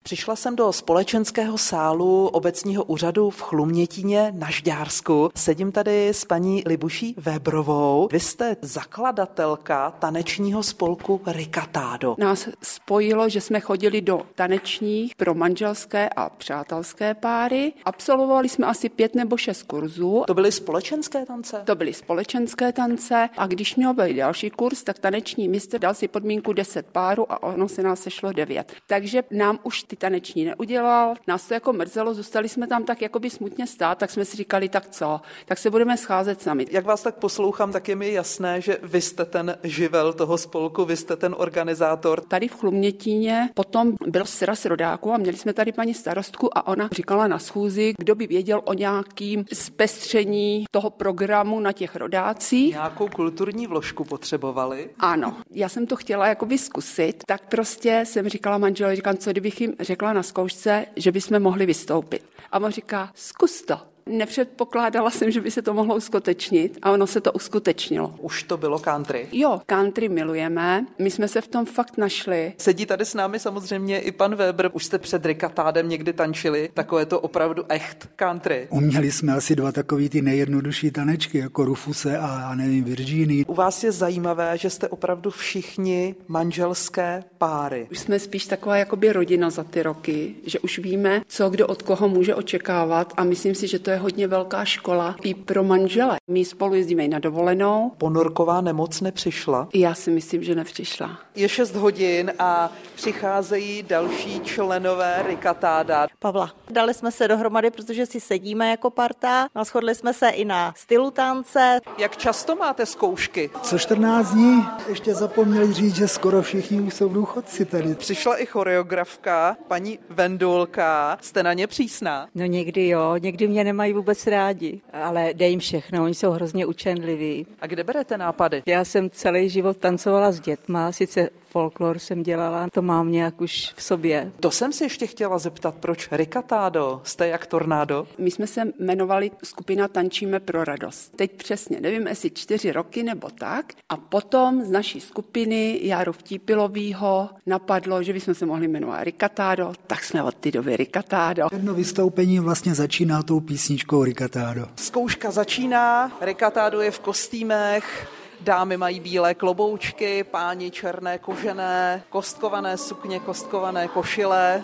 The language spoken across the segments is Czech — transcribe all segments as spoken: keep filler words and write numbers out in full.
Přišla jsem do společenského sálu obecního úřadu v Chlumětíně na Žďársku. Sedím tady s paní Libuší Vébrovou. Vy jste zakladatelka tanečního spolku Riccartado. Nás spojilo, že jsme chodili do tanečních pro manželské a přátelské páry. Absolvovali jsme asi pět nebo šest kurzů. To byly společenské tance? To byly společenské tance a když měl být další kurz, tak taneční mistr dal si podmínku deset párů a ono se nás sešlo devět. Takže nám už ty taneční neudělal, nás to jako mrzelo, zůstali jsme tam tak jakoby smutně stát, tak jsme si říkali, tak co, tak se budeme scházet sami. Jak vás tak poslouchám, tak je mi jasné, že vy jste ten živel toho spolku, vy jste ten organizátor. Tady v Chlumětíně potom byl sraz rodáků a měli jsme tady paní starostku a ona říkala na schůzi, kdo by věděl o nějakým zpestření toho programu na těch rodácích. Nějakou kulturní vložku potřebovali? Ano, já jsem to chtěla jakoby zkusit, tak prostě jsem říkala manželovi, říkám, co kdybych jim řekla na zkoušce, že bychom mohli vystoupit. A on říká, zkus to. Nepředpokládala jsem, že by se to mohlo uskutečnit a ono se to uskutečnilo. Už to bylo country? Jo, country milujeme, my jsme se v tom fakt našli. Sedí tady s námi samozřejmě i pan Weber. Už jste před Riccartadem někdy tančili, takové to opravdu echt country. Uměli jsme asi dva takový ty nejjednodušší tanečky, jako Rufuse a, a nevím, Virginii. U vás je zajímavé, že jste opravdu všichni manželské páry. Už jsme spíš taková jakoby rodina za ty roky, že už víme, co kdo od koho může očekávat a myslím si, že to je hodně velká škola i pro manžele. My spolu jezdíme i na dovolenou. Ponorková nemoc nepřišla? Já si myslím, že nepřišla. Je šest hodin a přicházejí další členové Riccartada. Pavla, dali jsme se dohromady, protože si sedíme jako parta a shodli jsme se i na stylu tance. Jak často máte zkoušky? Co čtrnáct dní? Ještě zapomněli říct, že skoro všichni už jsou důchodci tady. Přišla i choreografka, paní Vendulka. Jste na ně přísná? No někdy jo, někdy mě nemají vůbec rádi, ale dej jim všechno, oni jsou hrozně učenliví. A kde berete nápady? Já jsem celý život tancovala s dětma, sice folklor jsem dělala, to mám nějak už v sobě. To jsem si ještě chtěla zeptat, proč Riccartado? Jste jak tornádo? My jsme se jmenovali skupina Tančíme pro radost. Teď přesně, nevím, jestli čtyři roky nebo tak. A potom z naší skupiny Járu Vtípilovýho napadlo, že bychom se mohli jmenovat Riccartado, tak jsme od té doby Riccartado. Jedno vystoupení vlastně začíná tou písničkou Riccartado. Zkouška začíná, Riccartado je v kostýmech, dámy mají bílé kloboučky, páni černé kožené, kostkované sukně, kostkované košile.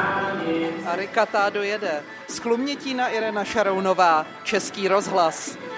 A Riccartado jede. Z Chlumětína Irena Šarounová, Český rozhlas.